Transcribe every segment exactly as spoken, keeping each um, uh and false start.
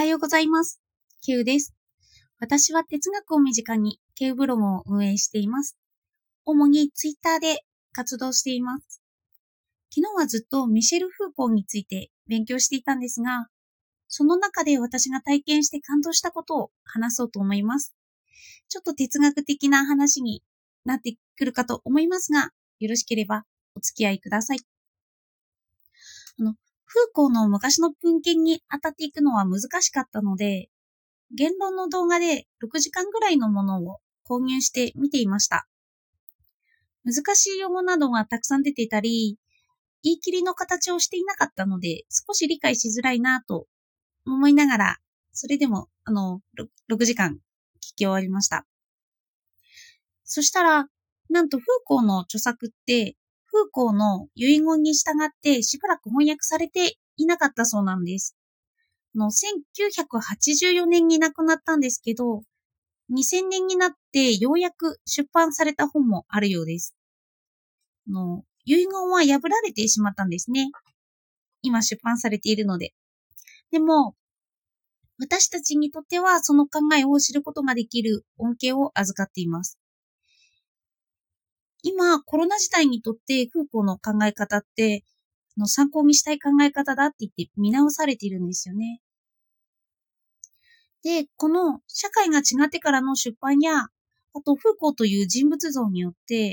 ようございます。ケウです。私は哲学を身近にケウブログを運営しています。主にツイッターで活動しています。昨日はずっとミシェル・フーコーについて勉強していたんですが、その中で私が体験して感動したことを話そうと思います。ちょっと哲学的な話になってくるかと思いますが、よろしければお付き合いください。あの、フーコーの昔の文献に当たっていくのは難しかったので、言論の動画でろくじかんぐらいのものを購入して見ていました。難しい用語などがたくさん出ていたり、言い切りの形をしていなかったので、少し理解しづらいなと思いながら、それでも、あの、ろくじかん聞き終わりました。そしたら、なんとフーコーの著作って、フーコーの遺言に従ってしばらく翻訳されていなかったそうなんです。のせんきゅうひゃくはちじゅうよねんに亡くなったんですけど、にせんねんになってようやく出版された本もあるようです。の遺言は破られてしまったんですね。今出版されているので。でも、私たちにとってはその考えを知ることができる恩恵を預かっています。今、コロナ時代にとってフーコーの考え方っての参考にしたい考え方だって言って見直されているんですよね。で、この社会が違ってからの出版や、あとフーコーという人物像によって、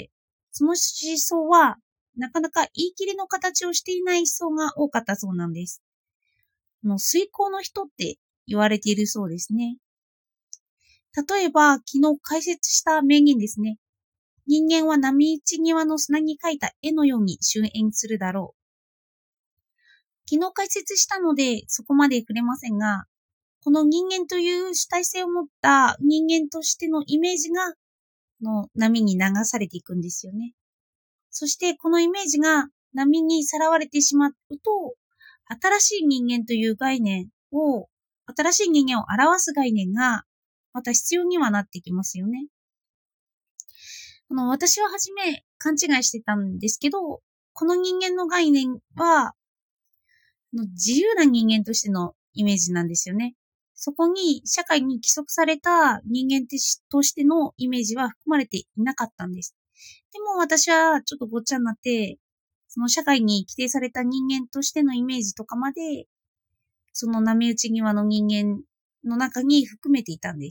その思想はなかなか言い切りの形をしていない思想が多かったそうなんです。の遂行の人って言われているそうですね。例えば、昨日解説した名言ですね。人間は波打ち際の砂に描いた絵のように終焉するだろう。昨日解説したのでそこまで触れませんが、この人間という主体性を持った人間としてのイメージがの波に流されていくんですよね。そしてこのイメージが波にさらわれてしまうと、新しい人間という概念を、新しい人間を表す概念がまた必要にはなってきますよね。あの私は初め勘違いしてたんですけど、この人間の概念は自由な人間としてのイメージなんですよね。そこに社会に規則された人間としてのイメージは含まれていなかったんです。でも私はちょっとごっちゃになって、その社会に規定された人間としてのイメージとかまで、その波打ち際の人間の中に含めていたんです。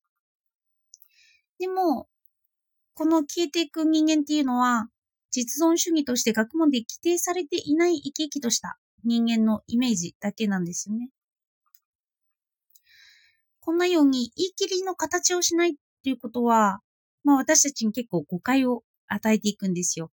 でも、この消えていく人間っていうのは、実存主義として学問で規定されていない生き生きとした人間のイメージだけなんですよね。こんなように言い切りの形をしないっていうことは、まあ私たちに結構誤解を与えていくんですよ。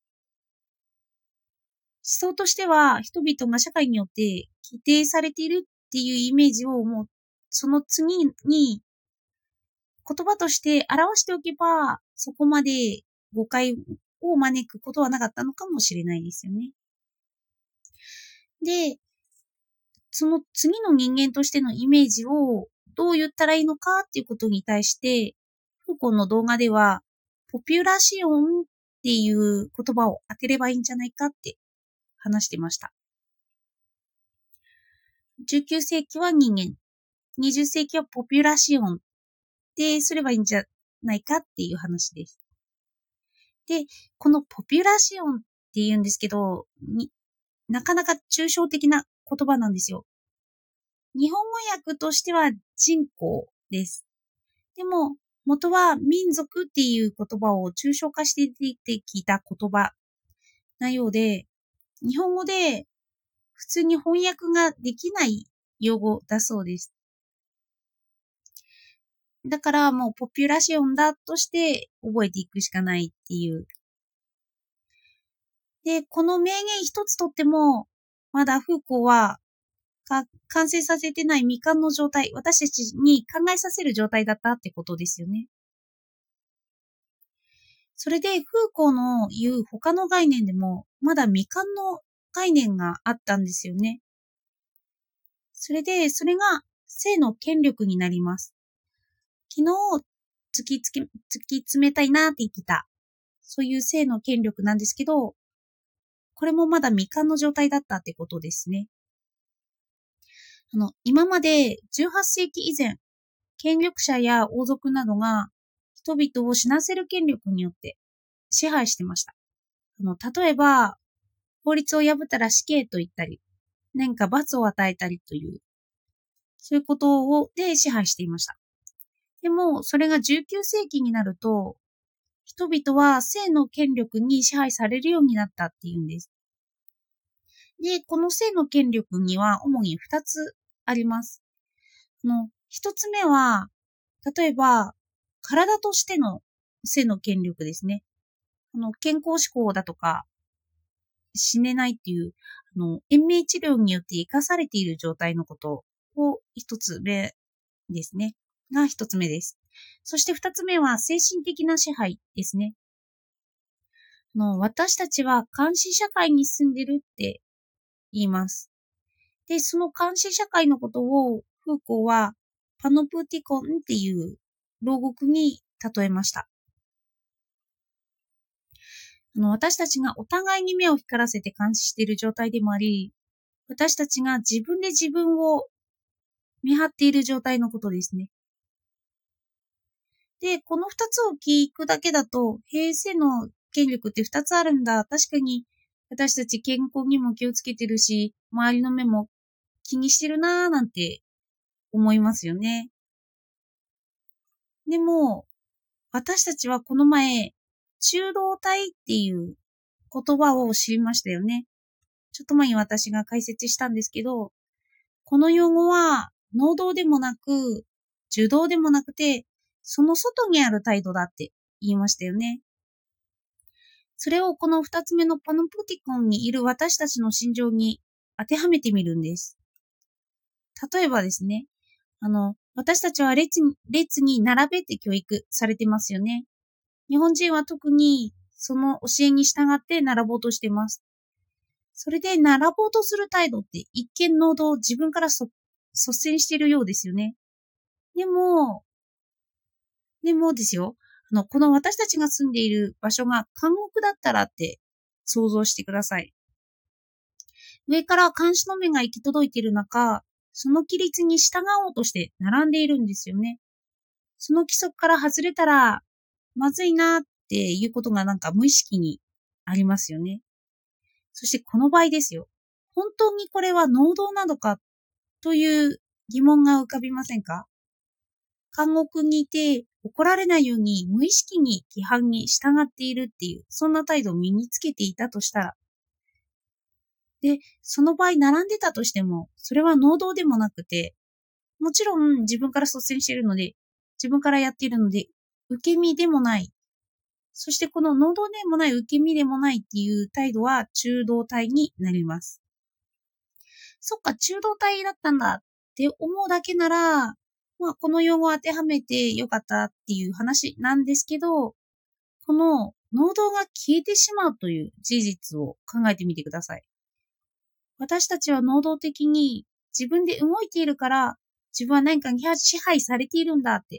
思想としては人々が社会によって規定されているっていうイメージをもうその次に言葉として表しておけばそこまで誤解を招くことはなかったのかもしれないですよね。で、その次の人間としてのイメージをどう言ったらいいのかっていうことに対して、フーコーの動画では、ポピュラシオンっていう言葉を当てればいいんじゃないかって話してました。じゅうきゅうせいきは人間、にじゅっせいきはポピュラシオンってすればいいんじゃないかっていう話です。で、このポピュラシオンって言うんですけど、なかなか抽象的な言葉なんですよ。日本語訳としては人口です。でも、元は民族っていう言葉を抽象化して出てきた言葉なようで、日本語で普通に翻訳ができない用語だそうです。だからもうポピュラシオンだとして覚えていくしかないっていう。で、この名言一つとっても、まだフーコーは完成させてない未完の状態、私たちに考えさせる状態だったってことですよね。それで、フーコーの言う他の概念でも、まだ未完の概念があったんですよね。それで、それが性の権力になります。昨日、突きつけ、突き詰めたいなって言ってた、そういう性の権力なんですけど、これもまだ未完の状態だったってことですね。 あの、今までじゅうはっせいき以前、権力者や王族などが人々を死なせる権力によって支配してました。あの、例えば、法律を破ったら死刑と言ったり、何か罰を与えたりという、そういうことをで支配していました。でも、それがじゅうきゅうせいきになると、人々は性の権力に支配されるようになったっていうんです。で、この性の権力には主にふたつあります。あの、ひとつめは、例えば、体としての性の権力ですね。あの、健康志向だとか、死ねないっていう、あの、延命治療によって生かされている状態のことを一つ目ですね。が一つ目です。そして二つ目は精神的な支配ですね。あの、私たちは監視社会に住んでるって言います。で、その監視社会のことをフーコーはパノプティコンっていう牢獄に例えました。あの、私たちがお互いに目を光らせて監視している状態でもあり、私たちが自分で自分を見張っている状態のことですね。で、この二つを聞くだけだと、平成の権力って二つあるんだ。確かに私たち健康にも気をつけてるし、周りの目も気にしてるなーなんて思いますよね。でも、私たちはこの前、中道体っていう言葉を知りましたよね。ちょっと前に私が解説したんですけど、この用語は、能動でもなく、受動でもなくて、その外にある態度だって言いましたよね。それをこの二つ目のパノプティコンにいる私たちの心情に当てはめてみるんです。例えばですね、あの、私たちは列に、列に並べて教育されてますよね。日本人は特にその教えに従って並ぼうとしています。それで並ぼうとする態度って一見能動、自分から率先しているようですよね。でも、でもですよ、あの、この私たちが住んでいる場所が監獄だったらって想像してください。上から監視の目が行き届いている中、その規律に従おうとして並んでいるんですよね。その規則から外れたら、まずいなっていうことがなんか無意識にありますよね。そしてこの場合ですよ。本当にこれは能動なのかという疑問が浮かびませんか？監獄にいて怒られないように無意識に規範に従っているっていう、そんな態度を身につけていたとしたら、で、その場合並んでたとしても、それは能動でもなくて、もちろん自分から率先しているので、自分からやっているので、受け身でもない。そしてこの能動でもない、受け身でもないっていう態度は中動態になります。そっか、中動態だったんだって思うだけなら、まあ、この用語を当てはめてよかったっていう話なんですけど、この能動が消えてしまうという事実を考えてみてください。私たちは能動的に自分で動いているから、自分は何かに支配されているんだって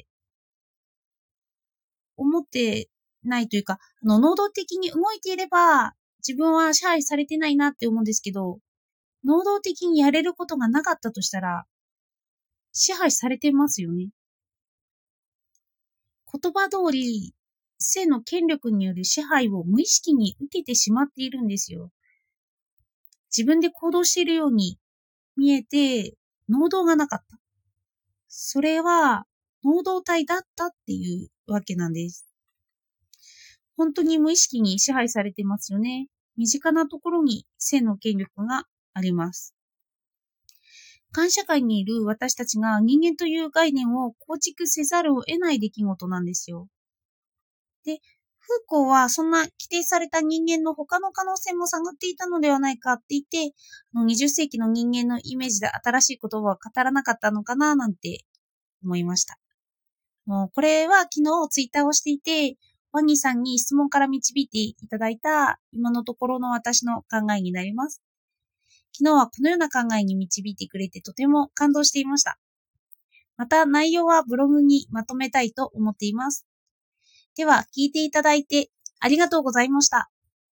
思ってないというか、あの能動的に動いていれば、自分は支配されてないなって思うんですけど、能動的にやれることがなかったとしたら、支配されてますよね。言葉通り、性の権力による支配を無意識に受けてしまっているんですよ。自分で行動しているように見えて、能動がなかった。それは、能動体だったっていうわけなんです。本当に無意識に支配されてますよね。身近なところに性の権力があります。監社会にいる私たちが人間という概念を構築せざるを得ない出来事なんですよ。で、フーコーはそんな規定された人間の他の可能性も探っていたのではないかって言って、にじゅっせいきの人間のイメージで新しい言葉は語らなかったのかななんて思いました。もうこれは昨日ツイッターをしていて、ワニさんに質問から導いていただいた今のところの私の考えになります。昨日はこのような考えに導いてくれてとても感動していました。また内容はブログにまとめたいと思っています。では聞いていただいてありがとうございました。